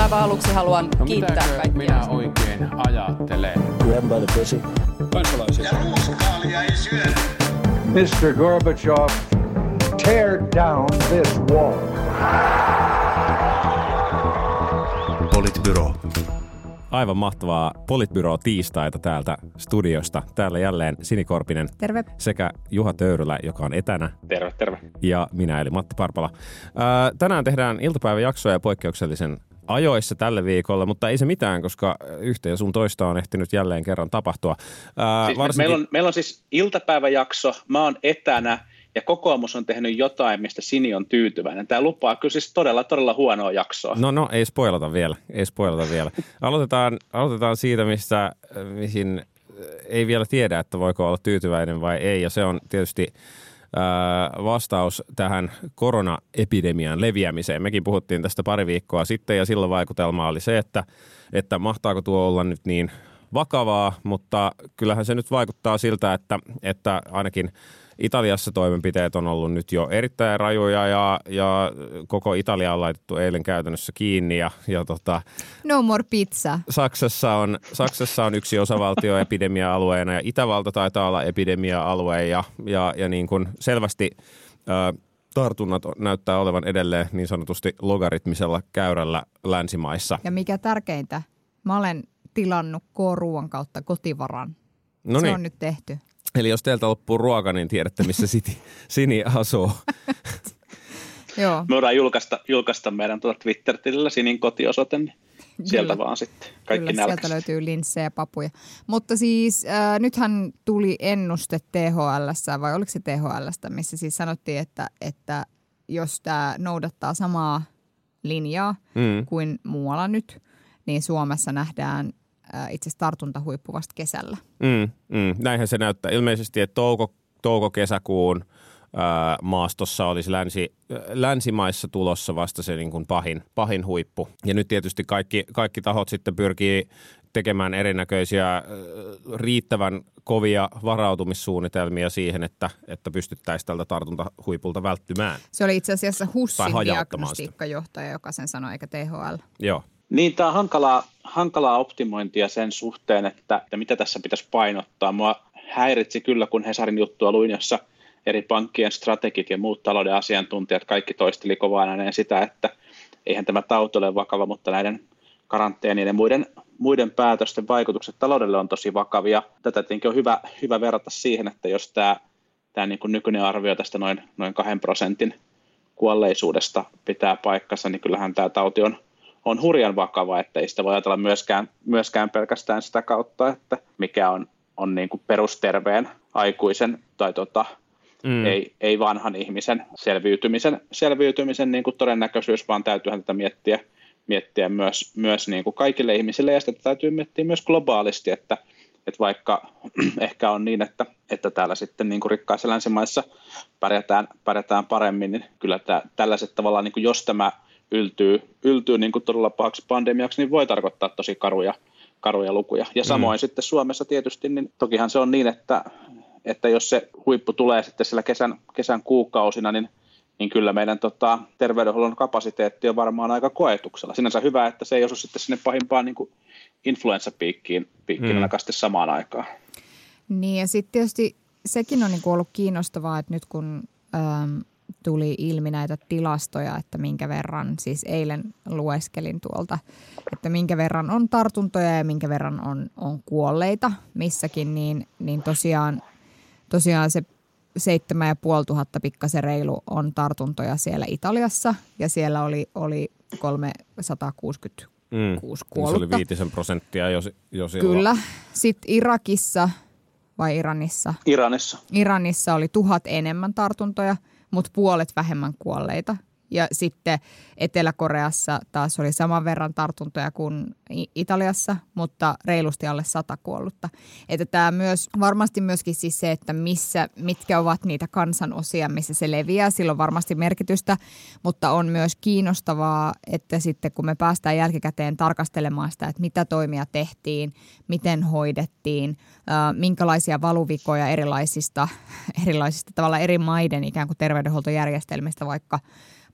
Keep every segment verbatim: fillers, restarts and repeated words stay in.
aivan aluksi haluan no, kiittää kaikkia. minä oikein ajattelen? Grab by the pussy. Kansalaisia. Ja ruuskaalia ei syödä. mister Gorbachev, tear down this wall. Politbyro. Aivan mahtavaa Politbyro tiistaita täältä studiosta. Täällä jälleen Sini Korpinen. Terve. Sekä Juha Töyrylä, joka on etänä. Terve, terve. Ja minä eli Matti Parpala. Ää, tänään tehdään iltapäiväjaksoja poikkeuksellisen ajoissa tälle viikolle, mutta ei se mitään, koska yhtä ja sun toista on ehtinyt jälleen kerran tapahtua. Ää, siis varsinkin... meillä, on, meillä on siis iltapäiväjakso, mä oon etänä ja kokoomus on tehnyt jotain, mistä Sini on tyytyväinen. Tämä lupaa kyllä siis todella, todella huonoa jaksoa. No, no, ei spoilata vielä, ei spoilata vielä. Aloitetaan, aloitetaan siitä, mistä, mihin ei vielä tiedä, että voiko olla tyytyväinen vai ei, ja se on tietysti ää, vastaus tähän koronaepidemian leviämiseen. Mekin puhuttiin tästä pari viikkoa sitten, ja silloin vaikutelma oli se, että, että mahtaako tuo olla nyt niin vakavaa, mutta kyllähän se nyt vaikuttaa siltä, että, että ainakin Italiassa toimenpiteet on ollut nyt jo erittäin rajuja ja, ja koko Italia on laitettu eilen käytännössä kiinni. Ja, ja tota, no more pizza. Saksassa on, Saksassa on yksi osavaltio epidemia-alueena ja Itävalta taitaa olla epidemia-alue ja, ja, ja niin kuin selvästi ää, tartunnat näyttää olevan edelleen niin sanotusti logaritmisella käyrällä länsimaissa. Ja mikä tärkeintä, mä olen tilannut K-ruuan kautta kotivaran. No se niin. on nyt tehty. Eli jos teiltä loppuu ruoka, niin tiedätte, missä Siti, Sini asuu. Joo. Me voidaan julkaista, julkaista meidän tuota Twitter-tilillä Sinin kotiosoite, niin sieltä Kyllä. vaan sitten kaikki Kyllä, nälkäiset. sieltä löytyy linssejä ja papuja. Mutta siis äh, nythän tuli ennuste T H L:ssä, vai oliko se T H L:stä, missä siis sanottiin, että, että jos tämä noudattaa samaa linjaa mm. kuin muualla nyt, niin Suomessa nähdään itse asiassa tartuntahuippu vasta kesällä. Mm, mm. Näinhän se näyttää. Ilmeisesti, että touko, touko-kesäkuun ää, maastossa olisi länsi, länsimaissa tulossa vasta se niin kuin pahin, pahin huippu. Ja nyt tietysti kaikki, kaikki tahot sitten pyrkii tekemään erinäköisiä riittävän kovia varautumissuunnitelmia siihen, että, että pystyttäisiin tältä tartuntahuipulta välttymään. Se oli itse asiassa HUSin diagnostiikkajohtaja, joka sen sanoi, eikä T H L. Joo. Niin, tämä on hankalaa, hankalaa optimointia sen suhteen, että, että mitä tässä pitäisi painottaa. Mua häiritsi kyllä, kun Hesarin juttua luin, jossa eri pankkien strategit ja muut talouden asiantuntijat kaikki toisteli kovaan ääneen sitä, että eihän tämä tauti ole vakava, mutta näiden karanteenien ja muiden, muiden päätösten vaikutukset taloudelle on tosi vakavia. Tätä tietenkin on hyvä, hyvä verrata siihen, että jos tämä, tämä niin kuin nykyinen arvio tästä noin, noin kahden prosentin kuolleisuudesta pitää paikkansa, niin kyllähän tämä tauti on on hurjan vakava, että ei sitä voi ajatella myöskään, myöskään pelkästään sitä kautta, että mikä on, on niin kuin perusterveen aikuisen tai tota, mm. ei, ei vanhan ihmisen selviytymisen, selviytymisen niin kuin todennäköisyys, vaan täytyyhän tätä miettiä, miettiä myös, myös niin kuin kaikille ihmisille ja sitä täytyy miettiä myös globaalisti, että, että vaikka ehkä on niin, että, että täällä sitten niin kuin rikkaissa länsimaissa pärjätään, pärjätään paremmin, niin kyllä tämä, tällaiset tavallaan, niin kuin jos tämä yltyy, yltyy niin kuin todella pahaksi pandemiaksi, niin voi tarkoittaa tosi karuja, karuja lukuja. Ja samoin mm. sitten Suomessa tietysti, niin tokihan se on niin, että, että jos se huippu tulee sitten siellä kesän, kesän kuukausina, niin, niin kyllä meidän tota, terveydenhuollon kapasiteetti on varmaan aika koetuksella. Sinänsä hyvä, että se ei osu sitten sinne pahimpaan niin kuin influenssapiikkiin piikkiin mm. sitten samaan aikaan. Niin ja sitten tietysti sekin on niin kuin ollut kiinnostavaa, että nyt kun Ähm, tuli ilmi näitä tilastoja, että minkä verran, siis eilen lueskelin tuolta, että minkä verran on tartuntoja ja minkä verran on, on kuolleita missäkin, niin, niin tosiaan, tosiaan se seitsemän ja puoli tuhatta pikkasen reilu on tartuntoja siellä Italiassa ja siellä oli, oli kolmesataakuusikymmentäkuusi mm, kuollutta. Se oli viitisen prosenttia jo, jo silloin. Kyllä. Sitten Irakissa vai Iranissa? Iranissa. Iranissa oli tuhat enemmän tartuntoja, mutta puolet vähemmän kuolleita. Ja sitten Etelä-Koreassa taas oli saman verran tartuntoja kuin Italiassa, mutta reilusti alle sata kuollutta. Että tämä myös, varmasti myöskin siis se, että missä, mitkä ovat niitä kansanosia, missä se leviää, sillä on varmasti merkitystä, mutta on myös kiinnostavaa, että sitten kun me päästään jälkikäteen tarkastelemaan sitä, että mitä toimia tehtiin, miten hoidettiin, minkälaisia valuvikoja erilaisista, erilaisista tavalla eri maiden ikään kuin terveydenhuoltojärjestelmistä vaikka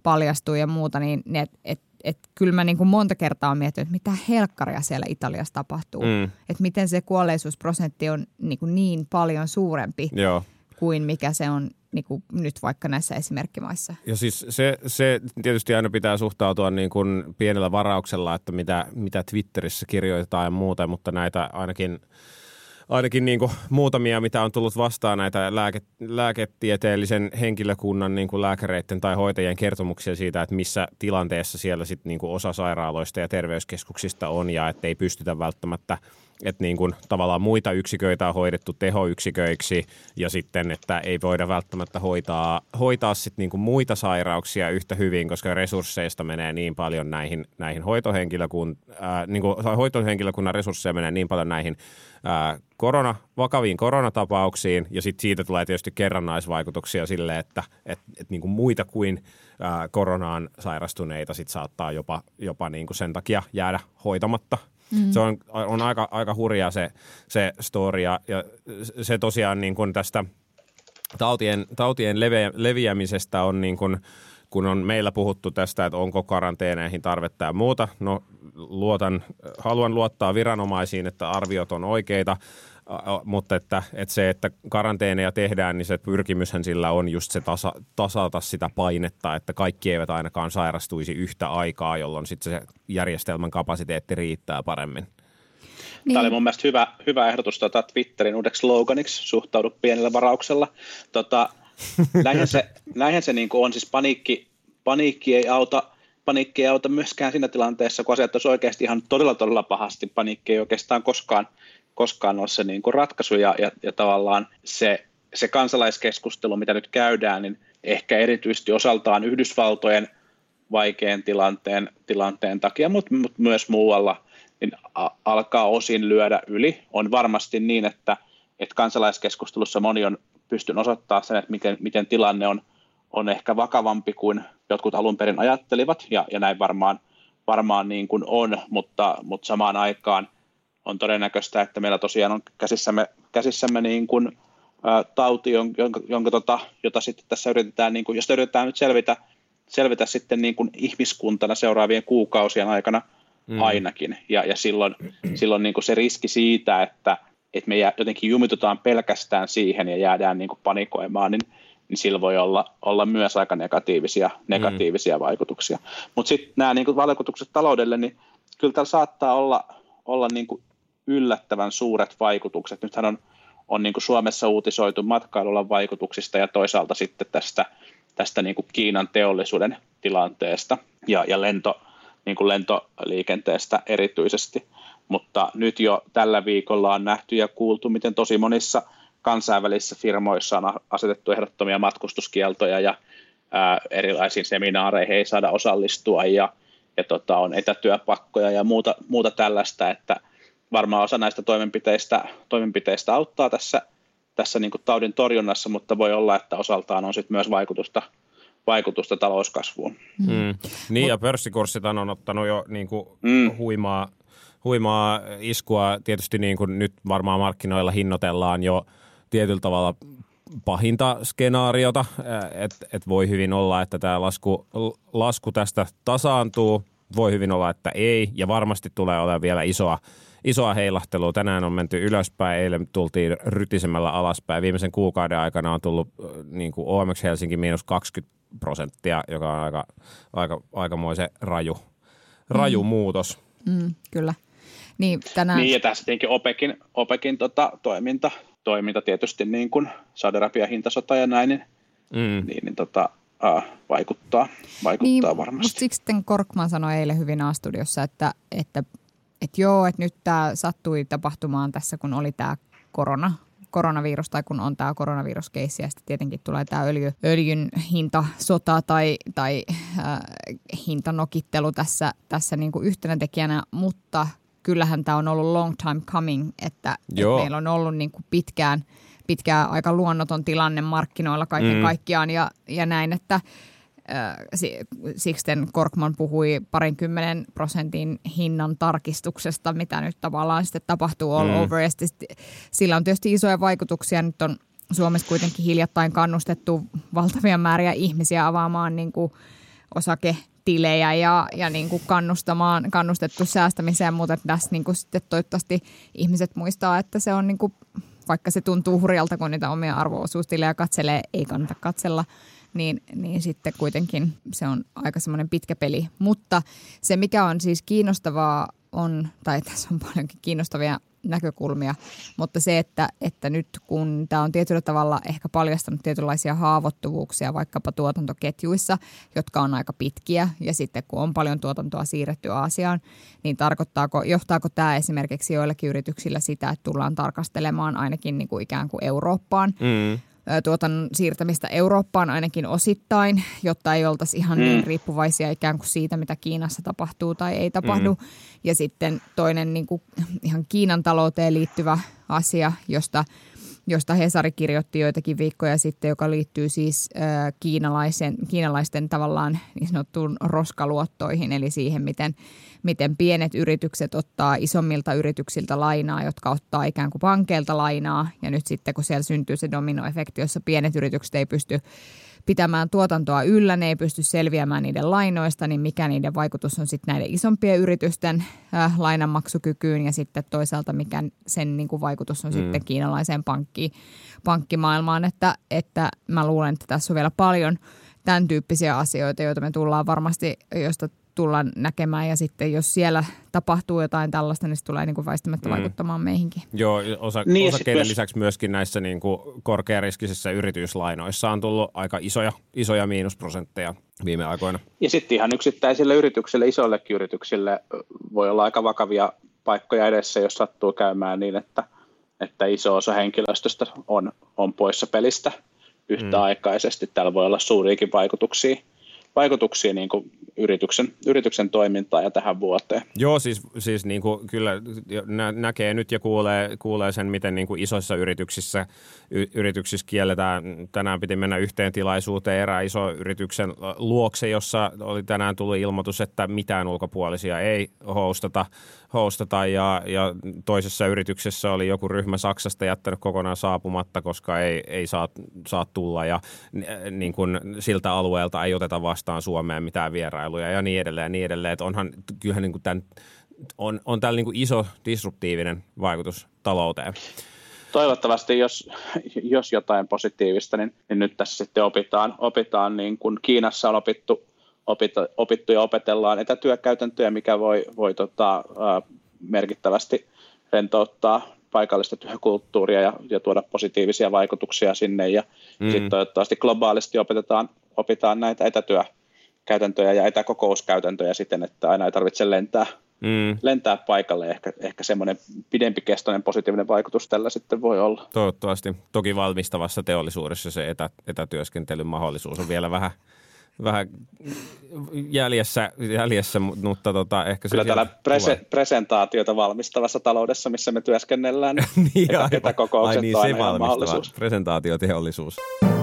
paljastuu ja muuta, niin et, et, et kyllä mä niin kuin monta kertaa olen miettinyt, että mitä helkkaria siellä Italiassa tapahtuu. Mm. Että miten se kuolleisuusprosentti on niin, kuin niin paljon suurempi Joo. kuin mikä se on niin kuin nyt vaikka näissä esimerkkimaissa. Ja siis se, se tietysti aina pitää suhtautua niin kuin pienellä varauksella, että mitä, mitä Twitterissä kirjoitetaan ja muuta, mutta näitä ainakin, ainakin niin kuin muutamia, mitä on tullut vastaan näitä lääke, lääketieteellisen henkilökunnan niin kuin lääkäreiden tai hoitajien kertomuksia siitä, että missä tilanteessa siellä sit niin kuin osa sairaaloista ja terveyskeskuksista on ja että ei pystytä välttämättä että niin kuin tavallaan muita yksiköitä on hoidettu tehoyksiköiksi ja sitten, että ei voida välttämättä hoitaa, hoitaa sit niin kuin muita sairauksia yhtä hyvin, koska resursseista menee niin paljon näihin, näihin hoitohenkilökun, ää, niin kuin hoitohenkilökunnan resursseja menee niin paljon näihin ää, korona, vakaviin koronatapauksiin ja sitten siitä tulee tietysti kerrannaisvaikutuksia sille, että et, et niin kuin muita kuin ää, koronaan sairastuneita sit saattaa jopa, jopa niin kuin sen takia jäädä hoitamatta. Mm-hmm. Se on, on aika, aika hurja se, se story ja, ja se tosiaan niin kuin tästä tautien, tautien leveä, leviämisestä on niin kuin, kun on meillä puhuttu tästä, että onko karanteeneihin tarvetta ja muuta. No luotan, haluan luottaa viranomaisiin, että arviot on oikeita, mutta että, että se, että karanteeneja tehdään, niin se pyrkimyshän sillä on just se tasa, tasata sitä painetta, että kaikki eivät ainakaan sairastuisi yhtä aikaa, jolloin sitten se järjestelmän kapasiteetti riittää paremmin. Niin. Tämä oli mun mielestä hyvä, hyvä ehdotus tota Twitterin uudeksi sloganiksi, suhtaudu pienellä varauksella. Tota, näinhän se, näinhän se niin kuin on, siis paniikki, paniikki, ei auta, paniikki ei auta myöskään siinä tilanteessa, kun asiat olisi oikeasti ihan todella todella pahasti. Paniikki ei oikeastaan koskaan koskaan ole se niin kuin ratkaisu ja, ja, ja tavallaan se, se kansalaiskeskustelu, mitä nyt käydään, niin ehkä erityisesti osaltaan Yhdysvaltojen vaikean tilanteen, tilanteen takia, mutta mut myös muualla, niin a, alkaa osin lyödä yli. On varmasti niin, että, että kansalaiskeskustelussa moni on pystynyt osoittamaan sen, että miten, miten tilanne on, on ehkä vakavampi kuin jotkut alun perin ajattelivat, ja, ja näin varmaan, varmaan niin kuin on, mutta, mutta samaan aikaan on todennäköistä, että meillä tosiaan on käsissämme, käsissämme niin kuin, ä, tauti, jonka, jonka tota, jota sitten tässä yritetään, niin kuin, josta yritetään nyt selvitä, selvitä sitten niin kuin ihmiskuntana seuraavien kuukausien aikana mm. ainakin. Ja, ja silloin, silloin niin kuin se riski siitä, että, että me jotenkin jumitutaan pelkästään siihen ja jäädään niin kuin panikoimaan, niin, niin sillä voi olla, olla myös aika negatiivisia, negatiivisia mm. vaikutuksia. Mutta sitten nämä niin kuin vaikutukset taloudelle, niin kyllä täällä saattaa olla, olla niin kuin yllättävän suuret vaikutukset. Nythän on, on niin kuin Suomessa uutisoitu matkailualan vaikutuksista ja toisaalta sitten tästä, tästä niin kuin Kiinan teollisuuden tilanteesta ja, ja lento, niin kuin lentoliikenteestä erityisesti. Mutta nyt jo tällä viikolla on nähty ja kuultu, miten tosi monissa kansainvälisissä firmoissa on asetettu ehdottomia matkustuskieltoja ja ää, erilaisiin seminaareihin ei saada osallistua ja, ja tota, on etätyöpakkoja ja muuta, muuta tällaista, että varmaan osa näistä toimenpiteistä, toimenpiteistä auttaa tässä, tässä niin kuin taudin torjunnassa, mutta voi olla, että osaltaan on sitten myös vaikutusta, vaikutusta talouskasvuun. Mm. Niin ja pörssikurssit on ottanut jo niin kuin mm. huimaa, huimaa iskua. Tietysti niin kuin nyt varmaan markkinoilla hinnoitellaan jo tietyllä tavalla pahinta skenaariota, että et voi hyvin olla, että tämä lasku, lasku tästä tasaantuu, voi hyvin olla, että ei ja varmasti tulee olemaan vielä isoa Isoa heilahtelua. Tänään on menty ylöspäin, eilen tultiin rytisemällä alaspäin. Viimeisen kuukauden aikana on tullut niin kuin O M X Helsinki miinus kaksikymmentä prosenttia, joka on aika, aika, aikamoisen raju, raju mm. muutos. Mm, kyllä. Niin, tänään... niin ja tässä tietenkin OPECin, OPECin tota, toiminta, toiminta tietysti niin kuin Saudi-Arabian hintasota ja näin, niin, mm. niin, niin tota, äh, vaikuttaa, vaikuttaa niin, varmasti. Siksi sitten Korkman sanoi eilen hyvin A-studiossa, että, että Että joo, että nyt tämä sattui tapahtumaan tässä, kun oli tämä korona, koronavirus tai kun on tämä koronaviruskeissi ja sitten tietenkin tulee tämä öljy, öljyn hintasota tai, tai äh, hintanokittelu tässä, tässä niin kuin yhtenä tekijänä, mutta kyllähän tämä on ollut long time coming, että, että meillä on ollut niin kuin pitkään, pitkään aika luonnoton tilanne markkinoilla kaiken mm. kaikkiaan ja, ja näin, että Sixten Korkman puhui parinkymmenen prosentin hinnan tarkistuksesta, mitä nyt tavallaan sitten tapahtuu all mm. over. Ja sillä on tietysti isoja vaikutuksia. Nyt on Suomessa kuitenkin hiljattain kannustettu valtavia määriä ihmisiä avaamaan niin kuin osaketilejä ja, ja niin kuin kannustamaan, kannustettu säästämiseen, mutta tässä niin kuin sitten toivottavasti ihmiset muistaa, että se on niin kuin, vaikka se tuntuu hurjalta, kun niitä omia arvo-osuustilejä katselee, ei kannata katsella, niin, niin sitten kuitenkin se on aika semmoinen pitkä peli. Mutta se, mikä on siis kiinnostavaa on, tai tässä on paljonkin kiinnostavia näkökulmia, mutta se, että, että nyt kun tämä on tietyllä tavalla ehkä paljastanut tietynlaisia haavoittuvuuksia vaikkapa tuotantoketjuissa, jotka on aika pitkiä, ja sitten kun on paljon tuotantoa siirretty Aasiaan, niin tarkoittaako, johtaako tämä esimerkiksi joillakin yrityksillä sitä, että tullaan tarkastelemaan ainakin niin kuin ikään kuin Eurooppaan, mm. tuotannon siirtämistä Eurooppaan ainakin osittain, jotta ei oltaisi ihan mm. niin riippuvaisia ikään kuin siitä, mitä Kiinassa tapahtuu tai ei tapahdu. Mm. Ja sitten toinen niin kuin ihan Kiinan talouteen liittyvä asia, josta, josta Hesari kirjoitti joitakin viikkoja sitten, joka liittyy siis äh, kiinalaisen, kiinalaisten tavallaan niin sanottuun roskaluottoihin, eli siihen, miten, miten pienet yritykset ottaa isommilta yrityksiltä lainaa, jotka ottaa ikään kuin pankeilta lainaa. Ja nyt sitten, kun siellä syntyy se dominoefekti, jossa pienet yritykset ei pysty pitämään tuotantoa yllä, ne ei pysty selviämään niiden lainoista, niin mikä niiden vaikutus on sitten näiden isompien yritysten äh, lainanmaksukykyyn ja sitten toisaalta mikä sen niin kuin vaikutus on mm. sitten kiinalaiseen pankkiin, pankkimaailmaan, että, että mä luulen, että tässä on vielä paljon tämän tyyppisiä asioita, joita me tullaan varmasti, josta tullaan näkemään ja sitten jos siellä tapahtuu jotain tällaista, niin se tulee niin kuin väistämättä mm. vaikuttamaan meihinkin. Joo, osa, niin, osakkeiden lisäksi myöskin näissä niin kuin korkeariskisissä yrityslainoissa on tullut aika isoja, isoja miinusprosentteja viime aikoina. Ja sitten ihan yksittäisille yrityksille, isoillekin yrityksille voi olla aika vakavia paikkoja edessä, jos sattuu käymään niin, että, että iso osa henkilöstöstä on, on poissa pelistä yhtäaikaisesti. Mm. Täällä voi olla suuriakin vaikutuksia. vaikutuksia niin kuin yrityksen, yrityksen toimintaan ja tähän vuoteen. Joo, siis, siis niin kuin kyllä nä- näkee nyt ja kuulee, kuulee sen, miten niin kuin isoissa yrityksissä, y- yrityksissä kielletään. Tänään piti mennä yhteen tilaisuuteen erään iso yrityksen luokse, jossa oli tänään tullut ilmoitus, että mitään ulkopuolisia ei hostata, hostata ja, ja toisessa yrityksessä oli joku ryhmä Saksasta jättänyt kokonaan saapumatta, koska ei, ei saa, saa tulla ja niin kuin siltä alueelta ei oteta vastaan Suomeen mitään vierailuja ja niin edelleen ja niin edelleen. Että onhan kyllähän niin kuin tämän, on, on tällä niin kuin iso disruptiivinen vaikutus talouteen. Toivottavasti, jos, jos jotain positiivista, niin, niin nyt tässä sitten opitaan, opitaan niin kuin Kiinassa on opittu, opita, opittu ja opetellaan etätyökäytäntöjä, mikä voi, voi tota, ä, merkittävästi rentouttaa paikallista työkulttuuria ja, ja tuoda positiivisia vaikutuksia sinne. Ja mm. sitten toivottavasti globaalisti opetetaan, opitaan näitä etätyökäytäntöjä ja etäkokouskäytäntöjä siten, että aina ei tarvitse lentää, mm. lentää paikalle. Ehkä, ehkä semmoinen pidempikestoinen positiivinen vaikutus tällä sitten voi olla. Toivottavasti. Toki valmistavassa teollisuudessa se etä, etätyöskentelyn mahdollisuus on vielä vähän, vähän jäljessä, jäljessä mutta tota, ehkä se kyllä täällä prese, presentaatiota valmistavassa taloudessa, missä me työskennellään, niin etä, etäkokoukset ai niin, on aina ihan mahdollisuus. Presentaatioteollisuus.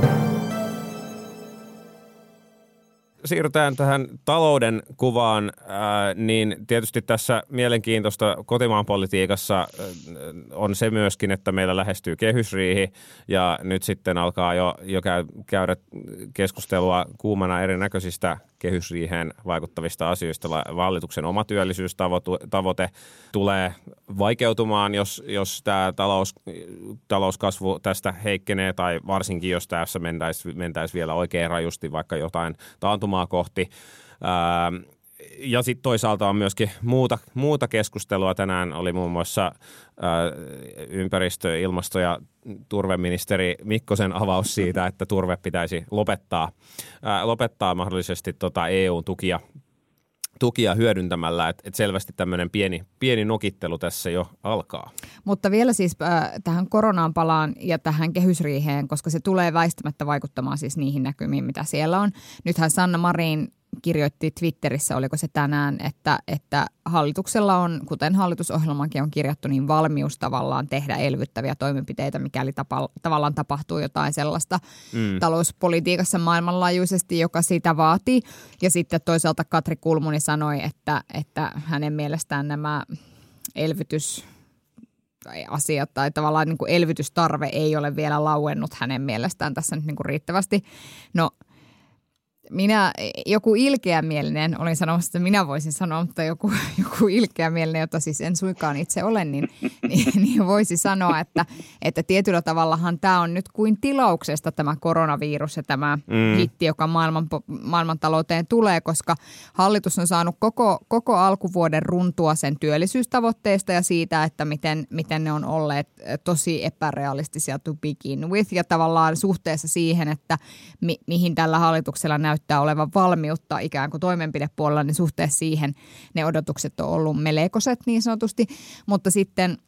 Siirrytään tähän talouden kuvaan, ää, niin tietysti tässä mielenkiintoista kotimaan politiikassa ää, on se myöskin, että meillä lähestyy kehysriihi ja nyt sitten alkaa jo, jo käy, käydä keskustelua kuumana erinäköisistä kehysriiheen vaikuttavista asioista. Hallituksen oma työllisyystavoite tulee vaikeutumaan, jos, jos tämä talous, talouskasvu tästä heikkenee tai varsinkin, jos tässä mentäisiin mentäisi vielä oikein rajusti vaikka jotain taantumaa kohti. Ää, ja sitten toisaalta on myöskin muuta, muuta keskustelua. Tänään oli muun muassa ää, ympäristö-, ilmasto- ja turveministeri Mikkosen avaus siitä, että turve pitäisi lopettaa, ää, lopettaa mahdollisesti tota E U-tukia tukia hyödyntämällä, että et selvästi tämmöinen pieni, pieni nokittelu tässä jo alkaa. Mutta vielä siis äh, tähän koronaan palaan ja tähän kehysriiheen, koska se tulee väistämättä vaikuttamaan siis niihin näkymiin, mitä siellä on. Nythän Sanna Marin kirjoitti Twitterissä, oliko se tänään, että, että hallituksella on, kuten hallitusohjelmankin on kirjattu, niin valmius tavallaan tehdä elvyttäviä toimenpiteitä, mikäli tapa, tavallaan tapahtuu jotain sellaista mm. talouspolitiikassa maailmanlaajuisesti, joka sitä vaatii. Ja sitten toisaalta Katri Kulmuni sanoi, että, että hänen mielestään nämä elvytys asiat tai tavallaan niin kuin elvytystarve ei ole vielä lauennut hänen mielestään tässä nyt niin kuin riittävästi. No minä, joku ilkeämielinen, olin sanomassa, että minä voisin sanoa, mutta joku, joku ilkeämielinen, jota siis en suinkaan itse ole, niin, niin, niin voisi sanoa, että, että tietyllä tavallahan tämä on nyt kuin tilauksesta tämä koronavirus ja tämä mm. hitti, joka maailman, maailmantalouteen tulee, koska hallitus on saanut koko, koko alkuvuoden runtua sen työllisyystavoitteista ja siitä, että miten, miten ne on olleet tosi epärealistisia to begin with ja tavallaan suhteessa siihen, että mi, mihin tällä hallituksella näyttää olevan valmiutta ikään kuin toimenpidepuolella, niin suhteessa siihen ne odotukset on ollut melekoset niin sanotusti, mutta sitten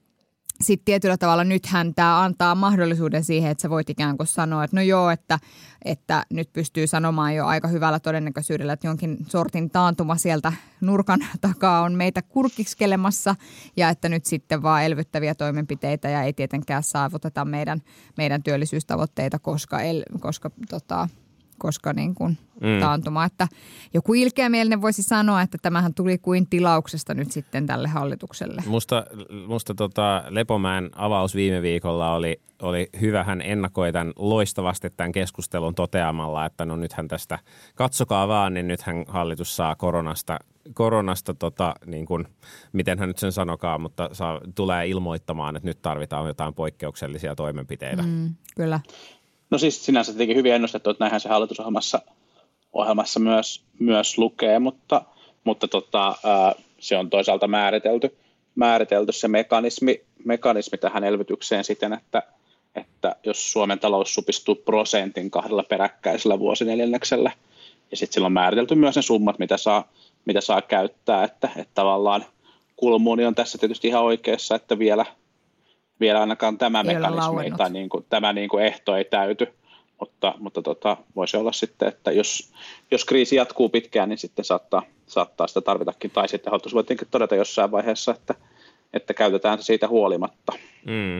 sitten tietyllä tavalla nythän tämä antaa mahdollisuuden siihen, että sä voit ikään kuin sanoa, että no joo, että, että nyt pystyy sanomaan jo aika hyvällä todennäköisyydellä, että jonkin sortin taantuma sieltä nurkan takaa on meitä kurkiskelemassa ja että nyt sitten vaan elvyttäviä toimenpiteitä ja ei tietenkään saavuteta meidän, meidän työllisyystavoitteita, koska, el, koska tota, koska niin kuin mm. taantuma, että joku ilkeämielinen voisi sanoa, että tämähän tuli kuin tilauksesta nyt sitten tälle hallitukselle. Musta, musta tota Lepomäen avaus viime viikolla oli, oli hyvä. Hän ennakoi tämän loistavasti tämän keskustelun toteamalla, että no nythän tästä, katsokaa vaan, niin nythän hallitus saa koronasta, koronasta tota, niin kuin, miten hän nyt sen sanokaa, mutta saa, tulee ilmoittamaan, että nyt tarvitaan jotain poikkeuksellisia toimenpiteitä. Mm, kyllä. No siis sinänsä tietenkin hyvin ennustettu, että näinhän se hallitusohjelmassa ohjelmassa myös, myös lukee, mutta, mutta tota, ää, se on toisaalta määritelty, määritelty se mekanismi, mekanismi tähän elvytykseen siten, että, että jos Suomen talous supistuu prosentin kahdella peräkkäisellä vuosineljänneksellä, ja sitten silloin on määritelty myös ne summat, mitä saa, mitä saa käyttää, että, että tavallaan Kulmuni on tässä tietysti ihan oikeassa, että vielä Vielä ainakaan tämä ei mekanismi tai niin kuin, tämä niin kuin ehto ei täyty, mutta, mutta tota, voisi olla sitten, että jos, jos kriisi jatkuu pitkään, niin sitten saattaa, saattaa sitä tarvitakin. Tai sitten hallitus voi tietenkin todeta jossain vaiheessa, että, että käytetään se siitä huolimatta. Mm.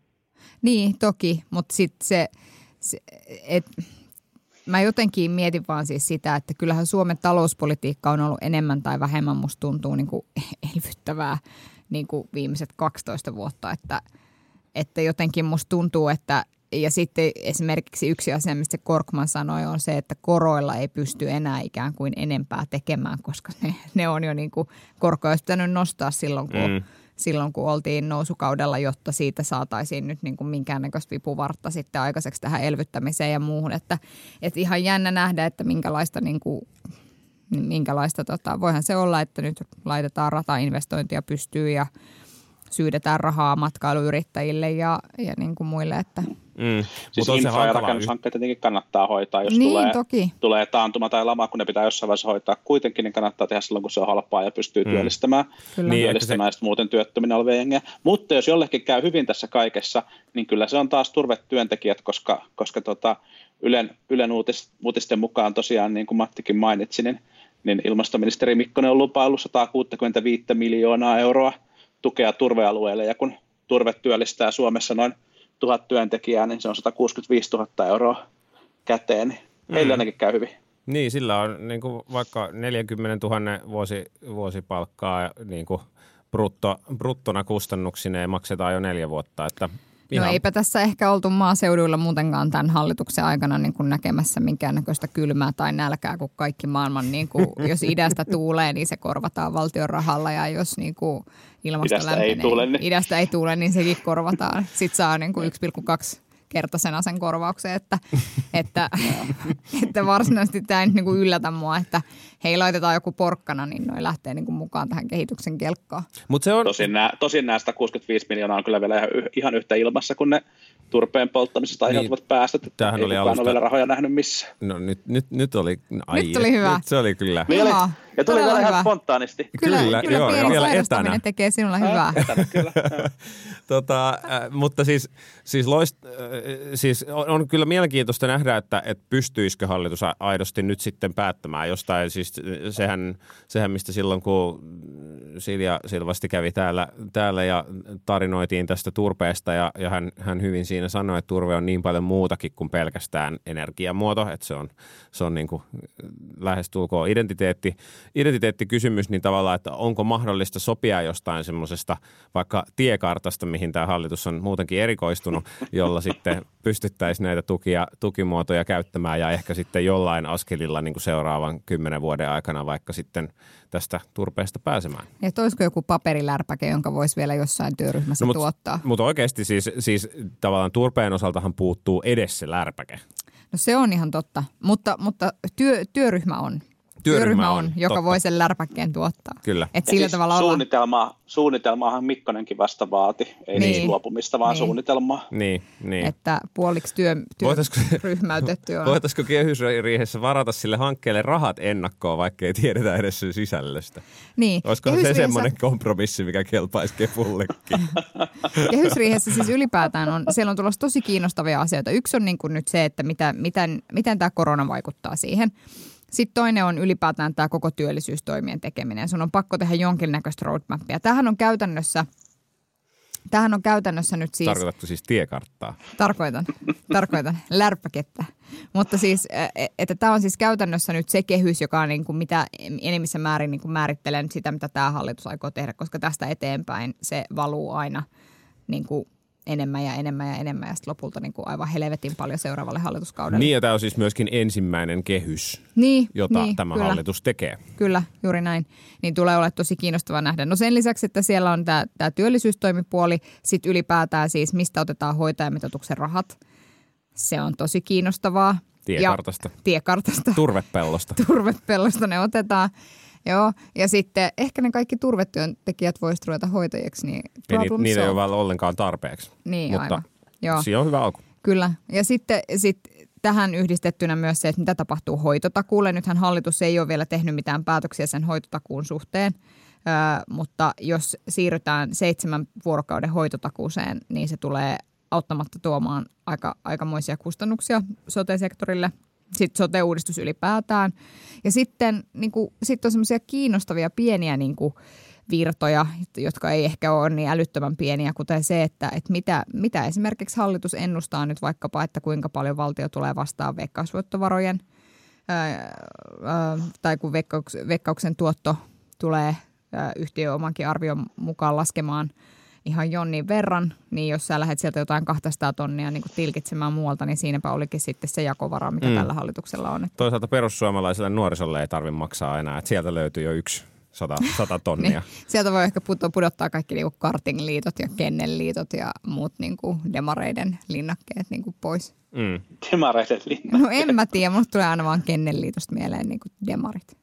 Niin, toki, mutta sitten se, se et, mä jotenkin mietin vaan siis sitä, että kyllähän Suomen talouspolitiikka on ollut enemmän tai vähemmän, musta tuntuu niin kuin elvyttävää niin kuin viimeiset kaksitoista vuotta, että, että jotenkin musta tuntuu, että ja sitten esimerkiksi yksi asia, mistä Korkman sanoi, on se, että koroilla ei pysty enää ikään kuin enempää tekemään, koska ne, ne on jo niin kuin korkoja olisi pitänyt nostaa silloin, kun, mm. silloin, kun oltiin nousukaudella, jotta siitä saataisiin nyt niin kuin minkäännäköistä vipuvartta sitten aikaiseksi tähän elvyttämiseen ja muuhun, että, että ihan jännä nähdä, että minkälaista niin kuin minkälaista, tota, voihan se olla, että nyt laitetaan ratainvestointia pystyyn ja syydetään rahaa matkailuyrittäjille ja, ja niin kuin muille. Että. Mm. Siis infra- ja rakennushankkeet tietenkin kannattaa hoitaa, jos niin, tulee, toki. tulee taantuma tai lama, kun ne pitää jossain vaiheessa hoitaa kuitenkin, niin kannattaa tehdä silloin, kun se on halpaa ja pystyy mm. työllistämään, niin, työllistämään se muuten työttöminä olevia jengiä. Mutta jos jollekin käy hyvin tässä kaikessa, niin kyllä se on taas turvetyöntekijät, koska, koska tota, Ylen, Ylen uutis, uutisten mukaan tosiaan, niin kuin Mattikin mainitsi, niin niin ilmastoministeri Mikkonen on lupaillut sata kuusikymmentäviisi miljoonaa euroa tukea turvealueelle, ja kun turve työllistää Suomessa noin tuhat työntekijää, niin se on sata kuusikymmentäviisituhatta euroa käteen, niin heille mm. ainakin käy hyvin. Niin, sillä on niin kuin vaikka neljäkymmentätuhatta vuosi, vuosipalkkaa niin kuin brutto, bruttona kustannuksineen maksetaan jo neljä vuotta, että ihan. No eipä tässä ehkä oltu maaseuduilla muutenkaan tämän hallituksen aikana niin kuin näkemässä minkäännäköistä kylmää tai nälkää, kun kaikki maailman, niin kuin, jos idästä tuulee, niin se korvataan valtion rahalla ja jos niin kuin ilmasto idästä lämpenee, ei tuule, niin. idästä ei tuule, niin sekin korvataan. Sitten saa niin kuin yksi pilkku kaksi kertaisena sen korvauksen, että, että, että varsinaisesti tämä ei niin kuin yllätä mua, että hei laitetaan joku porkkana, niin noi lähtee niin kuin mukaan tähän kehityksen kelkkaan. Mut se on. Tosin nämä, tosin nämä sata kuusikymmentäviisi miljoonaa on kyllä vielä ihan yhtä ilmassa kuin ne turpeen polttamisesta aiheutuvat niin, päästöt. Tämähän ei oli kukaan alusta. Ole vielä rahoja nähnyt missään. No nyt, nyt, nyt oli, ai, nyt oli hyvä. Nyt se oli kyllä. Oli, ja tuli vielä ihan spontaanisti. Kyllä, kyllä, kyllä joo, pieni vielä sairastaminen etänä. tekee sinulla hyvää. Etänä, kyllä. tota, äh, mutta siis, siis, loist, äh, siis on, on kyllä mielenkiintoista nähdä, että et pystyisikö hallitus aidosti nyt sitten päättämään jostain. Siis sehän, sehän mistä silloin kun Silja Silvasti kävi täällä, täällä ja tarinoitiin tästä turpeesta ja, ja hän, hän hyvin siinä sanoi, että turve on niin paljon muutakin kuin pelkästään energiamuoto, että se on, se on niin kuin lähestulkoon identiteetti, identiteettikysymys, niin tavallaan, että onko mahdollista sopia jostain semmoisesta vaikka tiekartasta, mihin tämä hallitus on muutenkin erikoistunut, jolla sitten pystyttäisiin näitä tukia, tukimuotoja käyttämään ja ehkä sitten jollain askelilla niin kuin seuraavan kymmenen vuoden aikana vaikka sitten tästä turpeesta pääsemään. Ja olisiko joku paperilärpäke, jonka voisi vielä jossain työryhmässä no, mut, tuottaa? Mutta oikeasti siis, siis tavallaan turpeen osaltahan puuttuu edes se lärpäke. No se on ihan totta, mutta, mutta työ, työryhmä on. Työryhmä, työryhmä on, on, joka totta. voi sen lärpäkkeen tuottaa. Kyllä. Et sillä siis tavalla suunnitelmaa, ollaan... suunnitelmaahan Mikkonenkin vasta vaati. Ei niin. siis luopumista, vaan niin. suunnitelmaa. Niin, niin. Että puoliksi työ, työryhmäytetty on. Voitaisiko kehysriihessä varata sille hankkeelle rahat ennakkoon, vaikka ei tiedetä edes sen sisällöstä? Niin. Olisiko se semmoinen kompromissi, mikä kelpaisi Kepullekin? Kehysriihessä siis ylipäätään on, siellä on tulossa tosi kiinnostavia asioita. Yksi on niin kuin nyt se, että mitä, miten, miten tämä korona vaikuttaa siihen. Sitten toinen on ylipäätään tämä koko työllisyystoimien tekeminen. Sun on pakko tehdä jonkinnäköistä roadmapia. Tämähän on käytännössä, tämähän on käytännössä nyt siis... Tarkoitatko siis tiekarttaa? Tarkoitan, tarkoitan, lärpäkettä. Mutta siis, että tämä on siis käytännössä nyt se kehys, joka on niin kuin mitä enemmissä määrin niin kuin määrittelee sitä, mitä tämä hallitus aikoo tehdä, koska tästä eteenpäin se valuu aina niin kuin enemmän ja enemmän ja enemmän ja sitten lopulta niin kuin aivan helvetin paljon seuraavalle hallituskaudelle. Niin ja tämä on siis myöskin ensimmäinen kehys, niin, jota niin, tämä kyllä. hallitus tekee. Kyllä, juuri näin. Niin tulee olla tosi kiinnostavaa nähdä. No sen lisäksi, että siellä on tämä, tämä työllisyystoimipuoli, sitten ylipäätään siis mistä otetaan hoitajamitoituksen rahat. Se on tosi kiinnostavaa. Tiekartasta. Ja, tiekartasta. Turvepellosta. Turvepellosta ne otetaan. Joo, ja sitten ehkä ne kaikki turvetyöntekijät voisivat ruveta hoitajiksi, niin problem niitä ei ole vaan ollenkaan tarpeeksi. Niin, mutta aivan. Joo. Siinä on hyvä alku. Kyllä, ja sitten sit tähän yhdistettynä myös se, että mitä tapahtuu hoitotakuulle. Nythän hallitus ei ole vielä tehnyt mitään päätöksiä sen hoitotakuun suhteen, öö, mutta jos siirrytään seitsemän vuorokauden hoitotakuuseen, niin se tulee auttamatta tuomaan aika, aikamoisia kustannuksia sote-sektorille. Sitten sote-uudistus ylipäätään. Ja sitten niin kuin, sit on semmoisia kiinnostavia pieniä niin kuin, virtoja, jotka ei ehkä ole niin älyttömän pieniä, kuten se, että, että mitä, mitä esimerkiksi hallitus ennustaa nyt vaikkapa, että kuinka paljon valtio tulee vastaan veikkausvoittovarojen ää, ää, tai kun veikkauks, veikkauksen tuotto tulee ää, yhtiön omankin arvion mukaan laskemaan ihan jonnin verran, niin jos sä lähdet sieltä jotain kaksisataa tonnia niin kuin tilkitsemään muualta, niin siinäpä olikin sitten se jakovara, mikä mm. tällä hallituksella on. Toisaalta perussuomalaisille nuorisolle ei tarvitse maksaa enää, että sieltä löytyy jo yksi sata, sata tonnia. niin, sieltä voi ehkä pudottaa kaikki niinku kartingliitot ja kennelliitot ja muut niinku demareiden linnakkeet niinku pois. Mm. Demareiden linnakkeet? No en mä tiedä, musta tulee aina vaan kennelliitosta mieleen niinku demarit.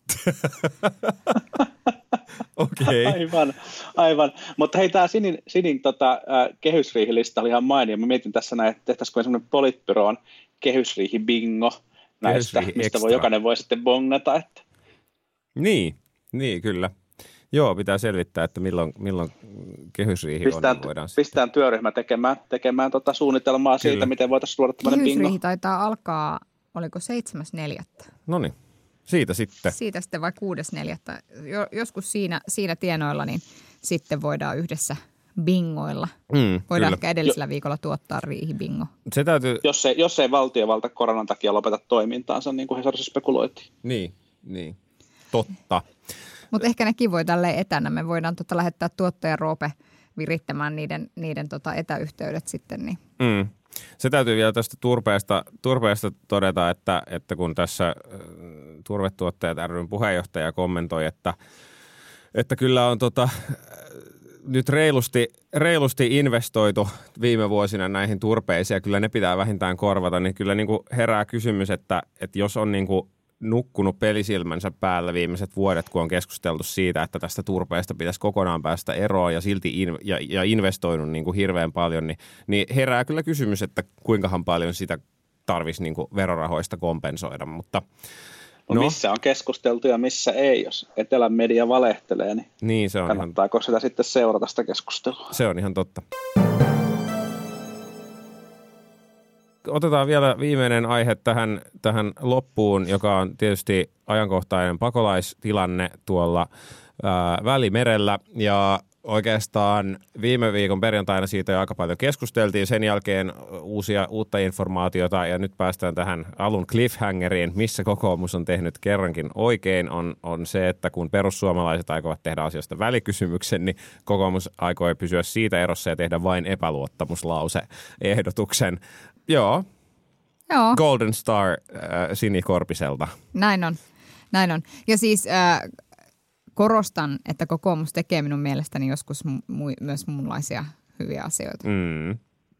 Okei. Okay. Aivan, aivan. Mutta hei, tämä Sinin, Sinin tota, äh, kehysriihilista oli ihan mainio. Mä mietin tässä näin, että tehtäisikö semmoinen politbyroon kehysriihi-bingo näistä, mistä extra. Voi, jokainen voi sitten bongata. Että. Niin, niin kyllä. Joo, pitää selvittää, että milloin, milloin kehysriihi pistään, on. Voidaan pistään sitten. Työryhmä tekemään, tekemään tota suunnitelmaa kyllä. Siitä, miten voitaisiin luoda tämmöinen bingo. Kehysriihi taitaa alkaa, oliko seitsemäs neljättä? No niin. Siitä sitten. Siitä sitten vai kuudes neljättä. Joskus siinä, siinä tienoilla, niin sitten voidaan yhdessä bingoilla. Mm, voidaan kyllä. Ehkä edellisellä jo. viikolla tuottaa riihibingo. Se täytyy... Jos ei, jos ei valtiovalta koronan takia lopeta toimintaansa, niin kuin Hesarissa spekuloitiin. Niin, niin. Totta. Mutta ehkä nekin voi tälleen etänä. Me voidaan tota lähettää tuottaja Roope virittämään niiden, niiden tota etäyhteydet sitten. Niin. Mm. Se täytyy vielä tästä turpeesta, turpeesta todeta, että, että kun tässä Turvetuottajat ry:n puheenjohtaja kommentoi, että, että kyllä on tota, nyt reilusti, reilusti investoitu viime vuosina näihin turpeisiin ja kyllä ne pitää vähintään korvata, niin kyllä niin kuin herää kysymys, että, että jos on niin kuin nukkunut pelisilmänsä päällä viimeiset vuodet, kun on keskusteltu siitä, että tästä turpeesta pitäisi kokonaan päästä eroon ja silti in, ja, ja investoinut niin kuin hirveän paljon, niin, niin herää kyllä kysymys, että kuinkahan paljon sitä tarvitsisi niin kuin verorahoista kompensoida, mutta no, no missä on keskusteltu ja missä ei, jos etelän media valehtelee, niin, niin se on kannattaako ihan, sitä sitten seurata sitä keskustelua? Se on ihan totta. Otetaan vielä viimeinen aihe tähän, tähän loppuun, joka on tietysti ajankohtainen pakolaistilanne tuolla ää, Välimerellä ja oikeastaan viime viikon perjantaina siitä jo aika paljon keskusteltiin. Sen jälkeen uusia, uutta informaatiota ja nyt päästään tähän alun cliffhangeriin, missä kokoomus on tehnyt kerrankin oikein, on, on se, että kun perussuomalaiset aikovat tehdä asiasta välikysymyksen, niin kokoomus aikoi pysyä siitä erossa ja tehdä vain epäluottamuslause-ehdotuksen. Joo, Joo. Golden Star äh, Sinikorpiselta. Näin on, näin on. Ja siis äh, korostan, että kokoomus tekee minun mielestäni joskus mu- myös muunlaisia hyviä asioita. Mm.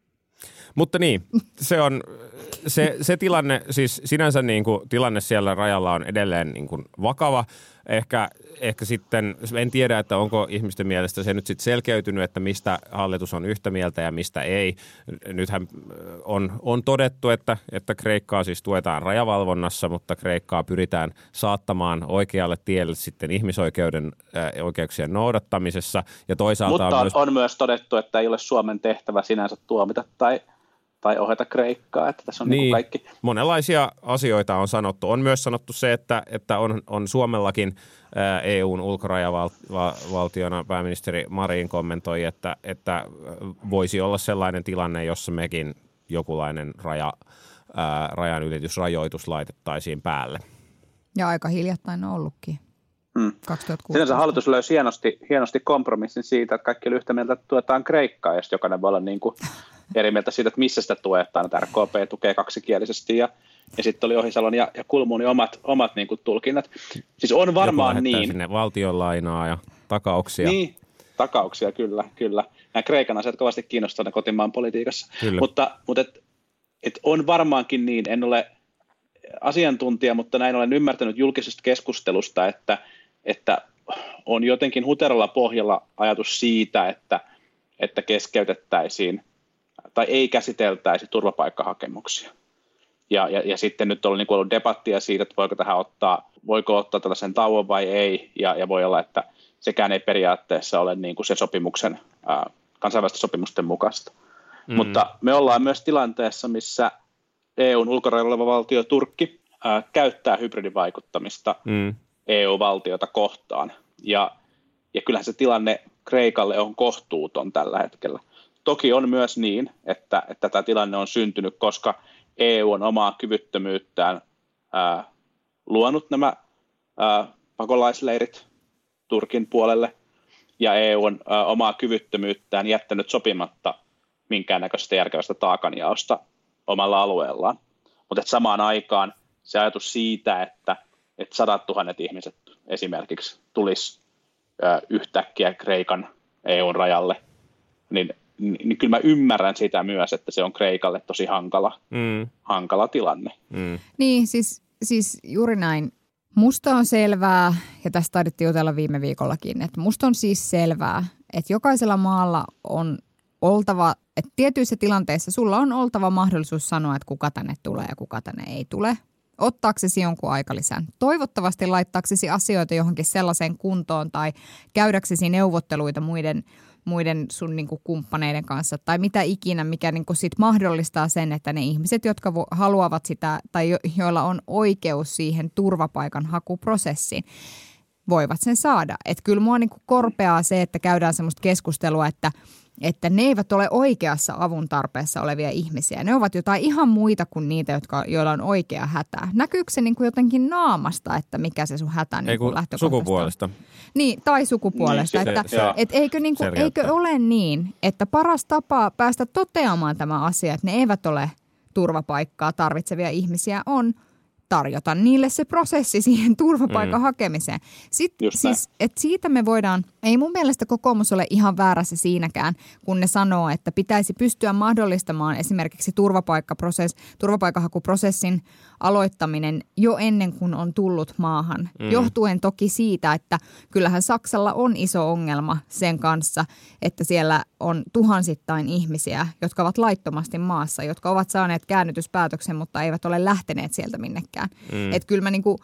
Mutta niin, se on se, se tilanne, siis sinänsä niin kuin tilanne siellä rajalla on edelleen niin kuin vakava. Ehkä, ehkä sitten, en tiedä, että onko ihmisten mielestä se nyt sitten selkeytynyt, että mistä hallitus on yhtä mieltä ja mistä ei. Nythän on, on todettu, että, että Kreikkaa siis tuetaan rajavalvonnassa, mutta Kreikkaa pyritään saattamaan oikealle tielle sitten ihmisoikeuden äh, oikeuksien noudattamisessa. Ja toisaalta mutta on, myös... on myös todettu, että ei ole Suomen tehtävä sinänsä tuomita tai tai ohjata Kreikkaa, että tässä on niin, niin kaikki. Monenlaisia asioita on sanottu. On myös sanottu se, että, että on, on Suomellakin ää, E U:n ulkorajavaltiona pääministeri Marin kommentoi, että, että voisi olla sellainen tilanne, jossa mekin jokinlainen raja, ää, rajanylitysrajoitus laitettaisiin päälle. Ja aika hiljattain on ollutkin. Hmm. Sinänsä hallitus löysi hienosti, hienosti kompromissin siitä, että kaikki oli yhtä mieltä, että tuetaan Kreikkaa, ja jokainen voi olla niin kuin eri mieltä siitä, että missä sitä tuetaan. Että R K P tukee kaksikielisesti ja, ja sitten oli Ohisalon ja, ja Kulmunin omat, omat niin kuin tulkinnat. Siis on varmaan niin. Sinne valtionlainaa ja takauksia. Niin, takauksia kyllä, kyllä. Nämä Kreikan asiat kovasti kiinnostaa ne kotimaan politiikassa. Kyllä. Mutta, mutta et, et on varmaankin niin, en ole asiantuntija, mutta näin olen ymmärtänyt julkisesta keskustelusta, että, että on jotenkin huteralla pohjalla ajatus siitä, että, että keskeytettäisiin tai ei käsiteltäisi turvapaikkahakemuksia. Ja, ja, ja sitten nyt on niin kuin ollut debattia siitä, että voiko tähän ottaa, voiko ottaa tällaisen tauon vai ei, ja, ja voi olla, että sekään ei periaatteessa ole niin kuin se sopimuksen, ää, kansainvälisten sopimusten mukaista. Mm. Mutta me ollaan myös tilanteessa, missä E U:n ulkorajalla oleva valtio Turkki ää, käyttää hybridivaikuttamista mm. E U-valtiota kohtaan. Ja, ja kyllähän se tilanne Kreikalle on kohtuuton tällä hetkellä. Toki on myös niin, että, että tämä tilanne on syntynyt, koska E U on omaa kyvyttömyyttään ää, luonut nämä ää, pakolaisleirit Turkin puolelle, ja E U on ää, omaa kyvyttömyyttään jättänyt sopimatta minkäännäköisestä järkevästä taakanjaosta omalla alueellaan. Mutta samaan aikaan se ajatus siitä, että, että sadat tuhannet ihmiset esimerkiksi tulisi ää, yhtäkkiä Kreikan E U:n rajalle, niin niin kyllä mä ymmärrän sitä myös, että se on Kreikalle tosi hankala, mm. hankala tilanne. Mm. Niin, siis, siis juuri näin. Musta on selvää, ja tästä taidettiin jutella viime viikollakin, että musta on siis selvää, että jokaisella maalla on oltava, että tietyissä tilanteissa sulla on oltava mahdollisuus sanoa, että kuka tänne tulee ja kuka tänne ei tule. Ottaaksesi jonkun aikalisän. Toivottavasti laittaaksesi asioita johonkin sellaiseen kuntoon tai käydäksesi neuvotteluita muiden muiden sun niinku kumppaneiden kanssa tai mitä ikinä, mikä niinku sit mahdollistaa sen, että ne ihmiset, jotka vo- haluavat sitä tai jo- joilla on oikeus siihen turvapaikan hakuprosessiin, voivat sen saada. Että kyllä mua niinku korpeaa se, että käydään semmoista keskustelua, että että ne eivät ole oikeassa avun tarpeessa olevia ihmisiä. Ne ovat jotain ihan muita kuin niitä, jotka, joilla on oikea hätä. Näkyykö se niin kuin jotenkin naamasta, että mikä se sun hätä niin kuin lähtökohtaisesti sukupuolesta. Niin, tai sukupuolesta. Niin, että, se, että eikö, niin kuin, eikö ole niin, että paras tapa päästä toteamaan tämä asia, että ne eivät ole turvapaikkaa tarvitsevia ihmisiä, on tarjota niille se prosessi siihen turvapaikan mm. hakemiseen. Sitten siis, että siitä me voidaan, ei mun mielestä kokoomus ole ihan väärässä siinäkään, kun ne sanoo, että pitäisi pystyä mahdollistamaan esimerkiksi turvapaikkaprosess, turvapaikanhakuprosessin aloittaminen jo ennen kuin on tullut maahan. Mm. Johtuen toki siitä, että kyllähän Saksalla on iso ongelma sen kanssa, että siellä on tuhansittain ihmisiä, jotka ovat laittomasti maassa, jotka ovat saaneet käännytyspäätöksen, mutta eivät ole lähteneet sieltä minnekään. Mm. Että kyllä mä, niinku,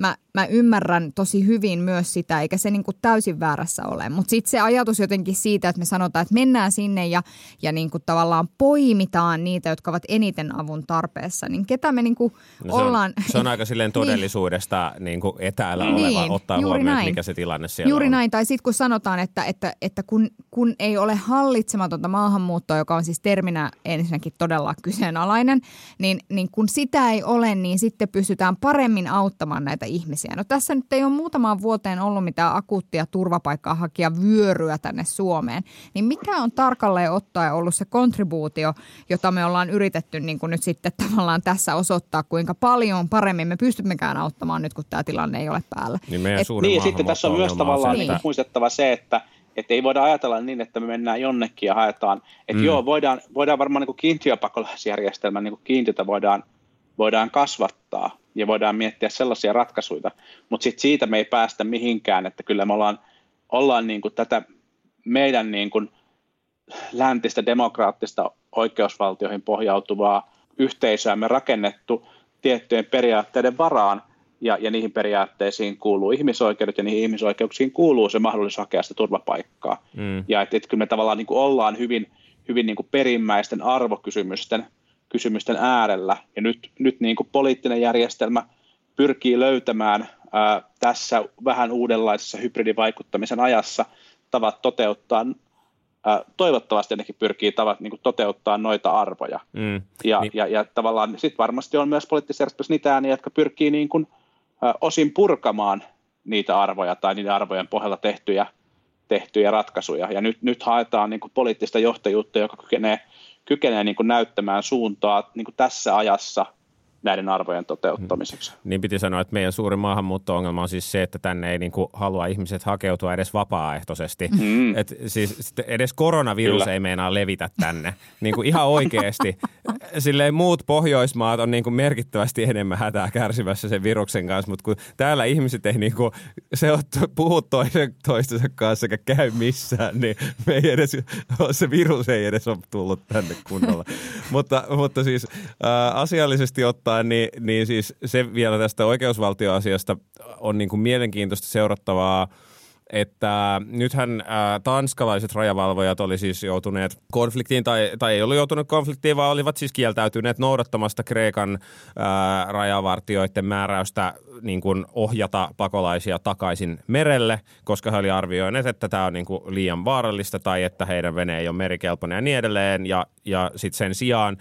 mä, mä ymmärrän tosi hyvin myös sitä, eikä se niin kuin täysin väärässä ole. Mutta sitten se ajatus jotenkin siitä, että me sanotaan, että mennään sinne ja, ja niin kuin tavallaan poimitaan niitä, jotka ovat eniten avun tarpeessa, niin ketä me niin kuin no se ollaan... On, se on aika silleen todellisuudesta niin. Niin kuin etäällä oleva, niin, ottaa huomioon, että mikä se tilanne siellä juuri on. näin, tai sitten kun sanotaan, että, että, että kun, kun ei ole hallitsematonta maahanmuuttoa, joka on siis terminä ensinnäkin todella kyseenalainen, niin, niin kun sitä ei ole, niin sitten pystytään paremmin auttamaan näitä ihmisiä. No tässä nyt ei ole muutamaan vuoteen ollut mitään akuuttia turvapaikkaa hakea vyöryä tänne Suomeen, niin mikä on tarkalleen ottaen ollut se kontribuutio, jota me ollaan yritetty niin kuin nyt sitten tavallaan tässä osoittaa, kuinka paljon paremmin me pystymmekään auttamaan nyt, kun tämä tilanne ei ole päällä. Niin, meidän Et, niin ja sitten tässä on myös tavallaan niin. niin muistettava se, että että ei voida ajatella niin, että me mennään jonnekin ja haetaan. Että mm. joo, voidaan, voidaan varmaan niin kuin kiintiöpakolaisjärjestelmän niin kuin kiintiötä voidaan, voidaan kasvattaa ja voidaan miettiä sellaisia ratkaisuja, mutta sitten siitä me ei päästä mihinkään, että kyllä me ollaan, ollaan niin kuin tätä meidän niin kuin läntistä demokraattista oikeusvaltioihin pohjautuvaa yhteisöä me rakennettu tiettyjen periaatteiden varaan, Ja, ja niihin periaatteisiin kuuluu ihmisoikeudet ja niihin ihmisoikeuksiin kuuluu se mahdollisuus hakea sitä turvapaikkaa. Mm. Ja että et kyllä me tavallaan niin kuin ollaan hyvin, hyvin niin kuin perimmäisten arvokysymysten kysymysten äärellä. Ja nyt, nyt niin kuin poliittinen järjestelmä pyrkii löytämään ää, tässä vähän uudenlaisessa hybridivaikuttamisen ajassa tavat toteuttaa, ää, toivottavasti ainakin pyrkii tavat niin kuin toteuttaa noita arvoja. Mm. Ja, niin. ja, ja tavallaan sitten varmasti on myös poliittisessa järjestelmässä niitä ääniä, jotka pyrkii niin kuin osin purkamaan niitä arvoja tai niiden arvojen pohjalta tehtyjä, tehtyjä ratkaisuja. Ja nyt, nyt haetaan niin kuin poliittista johtajuutta, joka kykenee, kykenee niin kuin näyttämään suuntaa niin kuin tässä ajassa näiden arvojen toteuttamiseksi. Niin piti sanoa, että meidän suuri maahanmuutto-ongelma on siis se, että tänne ei niin kuin halua ihmiset hakeutua edes vapaaehtoisesti. Mm. Et siis edes koronavirus Kyllä. ei meinaa levitä tänne. Niin kuin ihan oikeasti. Silleen muut Pohjoismaat on niin kuin merkittävästi enemmän hätää kärsivässä sen viruksen kanssa, mutta kun täällä ihmiset ei niin kuin, se on puhu toisen toistensa kanssa eikä käy missään, niin me ei edes, se virus ei edes ole tullut tänne kunnolla. mutta, mutta siis äh, asiallisesti ottaa Niin, niin siis se vielä tästä oikeusvaltioasiasta on niin kuin mielenkiintoista seurattavaa, että nythän ää, tanskalaiset rajavalvojat oli siis joutuneet konfliktiin, tai, tai ei ollut joutunut konfliktiin, vaan olivat siis kieltäytyneet noudattamasta Kreikan ää, rajavartioiden määräystä niin kuin ohjata pakolaisia takaisin merelle, koska he oli arvioineet, että tämä on niin kuin liian vaarallista tai että heidän vene ei ole merikelpoinen ja niin edelleen, ja, ja sitten sen sijaan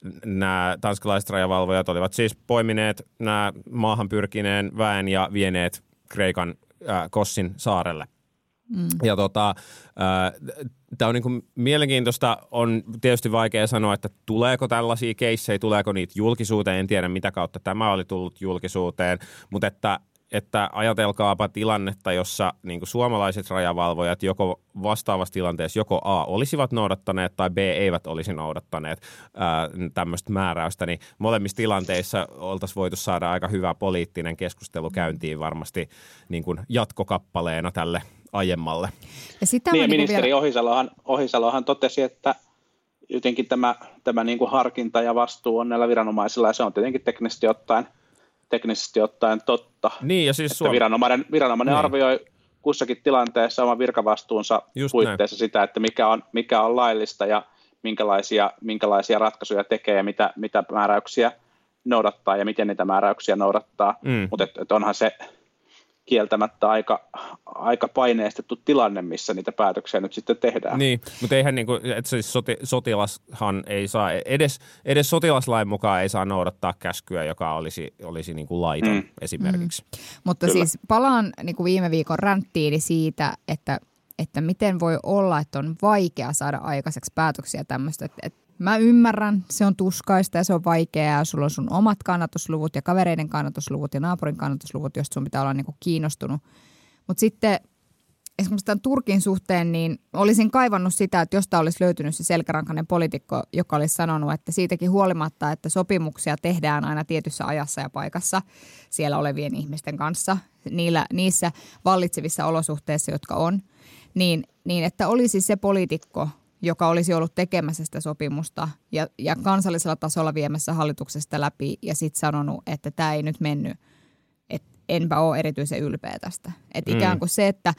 nämä tanskalaiset rajavalvojat olivat siis poimineet nämä maahan pyrkineen väen ja vieneet Kreikan äh, Kossin saarelle. Mm. Ja tota, äh, tämä on niin kuin mielenkiintoista, on tietysti vaikea sanoa, että tuleeko tällaisia keissejä, tuleeko niitä julkisuuteen, en tiedä mitä kautta tämä oli tullut julkisuuteen, mutta että että ajatelkaapa tilannetta, jossa niin kuin suomalaiset rajavalvojat joko vastaavassa tilanteessa joko A olisivat noudattaneet tai B eivät olisi noudattaneet ää, tämmöistä määräystä, niin molemmissa tilanteissa oltaisiin voitu saada aika hyvä poliittinen keskustelu käyntiin varmasti niin kuin jatkokappaleena tälle aiemmalle. Ja sitä niin, ja niin ministeri vielä... Ohisalohan, Ohisalohan totesi, että jotenkin tämä, tämä niin kuin harkinta ja vastuu on näillä viranomaisilla ja se on tietenkin teknisesti ottaen teknisesti ottaen totta, niin, ja siis että Suomi... viranomainen, viranomainen niin. arvioi kussakin tilanteessa oman virkavastuunsa Just puitteissa näin. Sitä, että mikä on, mikä on laillista ja minkälaisia, minkälaisia ratkaisuja tekee ja mitä, mitä määräyksiä noudattaa ja miten niitä määräyksiä noudattaa. Mm. Mutta et, et onhan se kieltämättä aika, aika paineistettu tilanne, missä niitä päätöksiä nyt sitten tehdään. Niin, mutta eihän niin kuin, että siis soti, sotilashan ei saa, edes, edes sotilaslain mukaan ei saa noudattaa käskyä, joka olisi, olisi niin kuin laiton mm. esimerkiksi. Mm. Mutta Kyllä. siis palaan niin kuin viime viikon ränttiini siitä, että, että miten voi olla, että on vaikea saada aikaiseksi päätöksiä tämmöistä, että, että mä ymmärrän, se on tuskaista ja se on vaikeaa. Sulla on sun omat kannatusluvut ja kavereiden kannatusluvut ja naapurin kannatusluvut, joista sun pitää olla niinku kiinnostunut. Mutta sitten esimerkiksi tämän Turkin suhteen, niin olisin kaivannut sitä, että jostain olisi löytynyt se selkärankainen poliitikko, joka olisi sanonut, että siitäkin huolimatta, että sopimuksia tehdään aina tietyssä ajassa ja paikassa siellä olevien ihmisten kanssa, niillä, niissä vallitsevissa olosuhteissa, jotka on, niin, niin että olisi se poliitikko, joka olisi ollut tekemässä sitä sopimusta ja, ja kansallisella tasolla viemässä hallituksesta läpi ja sitten sanonut, että tämä ei nyt mennyt, että enpä ole erityisen ylpeä tästä. Että Mm. ikään kuin se, että,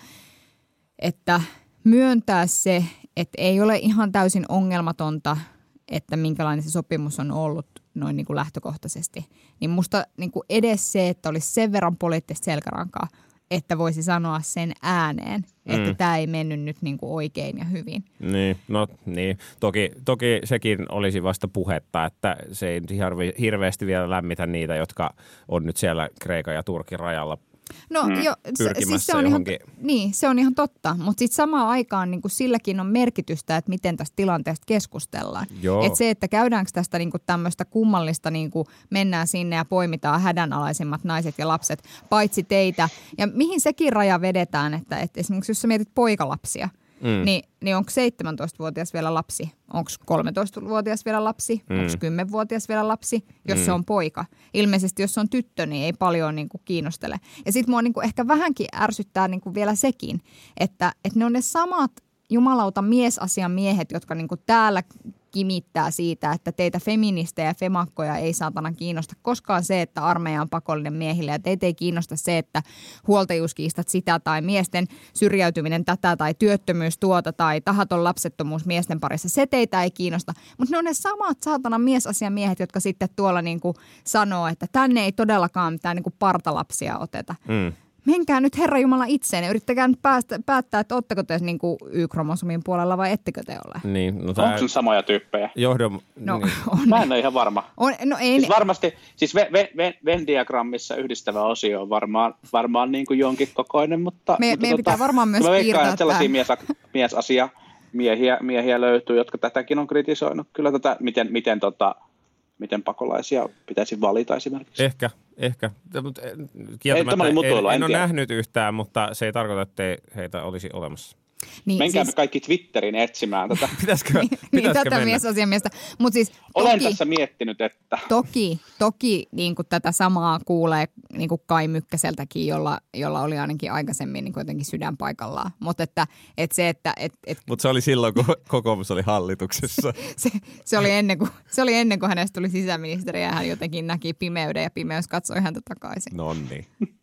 että myöntää se, että ei ole ihan täysin ongelmatonta, että minkälainen se sopimus on ollut noin niin kuin lähtökohtaisesti. Niin musta niin kuin edes se, että olisi sen verran poliittista selkärankaa, että voisi sanoa sen ääneen, että mm. tämä ei mennyt nyt niin kuin oikein ja hyvin. Niin, no niin. Toki, toki sekin olisi vasta puhetta, että se ei hirveästi vielä lämmitä niitä, jotka on nyt siellä Kreikan ja Turkin rajalla No mm. jo, pyrkimässä siis se on johonkin. Ihan, niin, se on ihan totta, mutta sitten samaan aikaan niin kuin silläkin on merkitystä, että miten tästä tilanteesta keskustellaan. Että se, että käydäänkö tästä niin kuin tämmöistä kummallista, niin kuin mennään sinne ja poimitaan hädänalaisimmat naiset ja lapset, paitsi teitä. Ja mihin sekin raja vedetään, että, että esimerkiksi jos sä mietit poikalapsia, Mm. Niin, niin onko seitsemäntoistavuotias vielä lapsi? Onko kolmetoistavuotias vielä lapsi? Mm. Onko kymmenvuotias vielä lapsi, jos mm. se on poika? Ilmeisesti jos se on tyttö, niin ei paljon niin kuin kiinnostele. Ja sitten mua niin kuin ehkä vähänkin ärsyttää niin kuin vielä sekin, että, että ne on ne samat jumalauta miesasian miehet, jotka niin kuin täällä kimittää siitä, että teitä feministejä ja femakkoja ei saatana kiinnosta koskaan se, että armeija on pakollinen miehille ja teitä ei kiinnosta se, että huoltajuuskiistat sitä tai miesten syrjäytyminen tätä tai työttömyys tuota tai tahaton lapsettomuus miesten parissa. Se teitä ei kiinnosta, mutta ne on ne samat saatana miesasiamiehet, jotka sitten tuolla niinku sanoo, että tänne ei todellakaan mitään niinku partalapsia oteta. Mm. Menkää nyt Herra Jumala itseen ja yrittäkää nyt päästä, päättää, että ootteko te niin kuin Y-kromosomin puolella vai ettekö te ole. Niin, no tää... Onko sun samoja tyyppejä? Johdon... No, niin. on. Mä en ole ihan varma. On, no ei siis varmasti, siis Venn-diagrammissa yhdistävä osio on varmaan, varmaan niin kuin jonkin kokoinen, mutta... Me, mutta meidän tota, pitää varmaan myös veikkaan, piirtää sellaisia mies, miesasia miehiä, miehiä löytyy, jotka tätäkin on kritisoinut. Kyllä tätä, miten, miten tota... Miten pakolaisia pitäisi valita esimerkiksi? Ehkä, ehkä. Kieltämättä ei, mutuilu, en, en en ole nähnyt yhtään, mutta se ei tarkoita, että heitä olisi olemassa. Niin, Menkäämme siis... kaikki Twitteriin etsimään tätä. pitäisikö, niin, pitäisikö tätä mennä? miesasiamiestä. Mut siis, Olen toki, tässä miettinyt, että... Toki, toki niin kuin tätä samaa kuulee niin kuin Kai Mykkäseltäkin, jolla, jolla oli ainakin aikaisemmin niin kuin jotenkin sydän paikallaan. Mutta että, että se, että... Et, et... Mutta se oli silloin, kun kokoomus oli hallituksessa. se, se, oli ennen kuin, se oli ennen kuin hänestä tuli sisäministeri ja hän jotenkin näki pimeyden ja pimeys katsoi häntä takaisin. Nonni.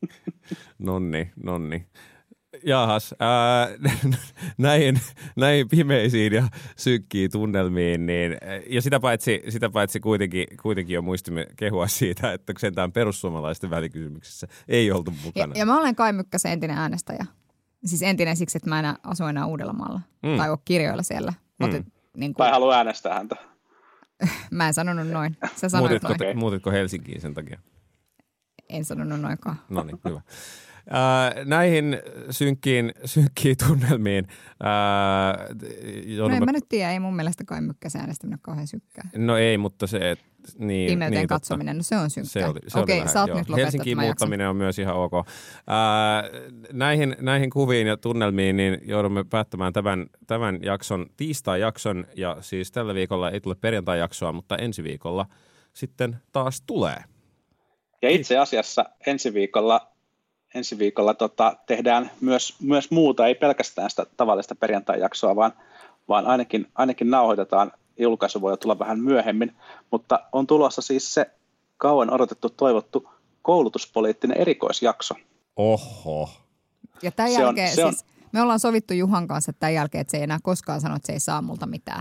Nonni, nonni. Jaahas, ää, näihin, näihin pimeisiin ja synkkiin tunnelmiin, niin, ja sitä paitsi, sitä paitsi kuitenkin, kuitenkin jo muistimme kehua siitä, että sentään perussuomalaisten välikysymyksessä ei oltu mukana. Ja, ja mä olen Kai Mykkäsen entinen äänestäjä. Siis entinen siksi, että mä en asu enää Uudellamaalla mm. tai ole kirjoilla siellä. Mm. Otet, niin kuin... Tai haluaa äänestää häntä. Mä en sanonut noin. Sä sanoit muutitko, noin. Te, muutitko Helsinkiin sen takia? En sanonut noinkaan. No niin, hyvä. Äh, näihin synkkiin, synkkiin tunnelmiin. Äh, no en mä nyt tiedä, ei mun mielestä Kai Mykkäsen äänestäminen kauhean synkkää. No ei, mutta se, että niin, pimeyteen niin, katsominen, no se on synkkää. Se oli, se Okei, vähän, sä oot joo. nyt lopettaa. Helsinkiin muuttaminen on myös ihan ok. Äh, näihin, näihin kuviin ja tunnelmiin niin joudumme päättämään tämän, tämän jakson, tiistai-jakson, ja siis tällä viikolla ei tule perjantai-jaksoa, mutta ensi viikolla sitten taas tulee. Ja itse asiassa ensi viikolla Ensi viikolla tota, tehdään myös, myös muuta, ei pelkästään sitä tavallista perjantai-jaksoa, vaan, vaan ainakin, ainakin nauhoitetaan. Julkaisu voi tulla vähän myöhemmin, mutta on tulossa siis se kauan odotettu, toivottu koulutuspoliittinen erikoisjakso. Oho. Ja tämän se jälkeen, on, se on... siis me ollaan sovittu Juhan kanssa tämän jälkeen, että se ei enää koskaan sano, että se ei saa multa mitään.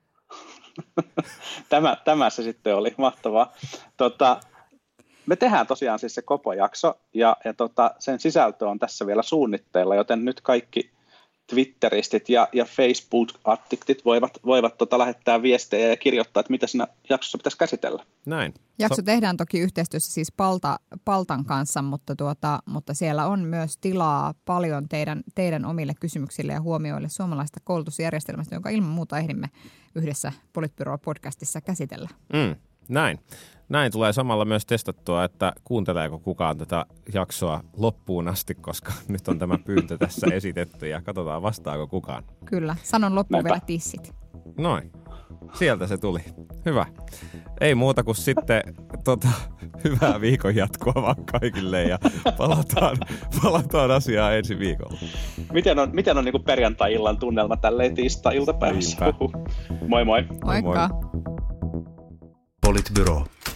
tämä, tämä se sitten oli mahtavaa. Tota, Me tehdään tosiaan siis se Kopo-jakso, ja, ja tota, sen sisältö on tässä vielä suunnitteilla, joten nyt kaikki Twitteristit ja, ja Facebook-addiktit voivat, voivat tota, lähettää viestejä ja kirjoittaa, että mitä siinä jaksossa pitäisi käsitellä. Näin. Jakso so- tehdään toki yhteistyössä siis Palta, Paltan kanssa, mutta, tuota, mutta siellä on myös tilaa paljon teidän, teidän omille kysymyksille ja huomioille suomalaista koulutusjärjestelmästä, jonka ilman muuta ehdimme yhdessä Politbyro-podcastissa käsitellä. Mm, näin. Näin tulee samalla myös testattua, että kuunteleeko kukaan tätä jaksoa loppuun asti, koska nyt on tämä pyyntö tässä esitetty ja katsotaan vastaako kukaan. Kyllä, sanon loppuun Näinpä. vielä tissit. Noin, sieltä se tuli. Hyvä. Ei muuta kuin sitten tota, hyvää viikon jatkoa vaan kaikille ja palataan, palataan asiaan ensi viikolla. Miten on, miten on niin kuin perjantai-illan tunnelma tälleen tiistai-iltapäivässä? Moi moi. Moikka. Moi moi. Politbyro.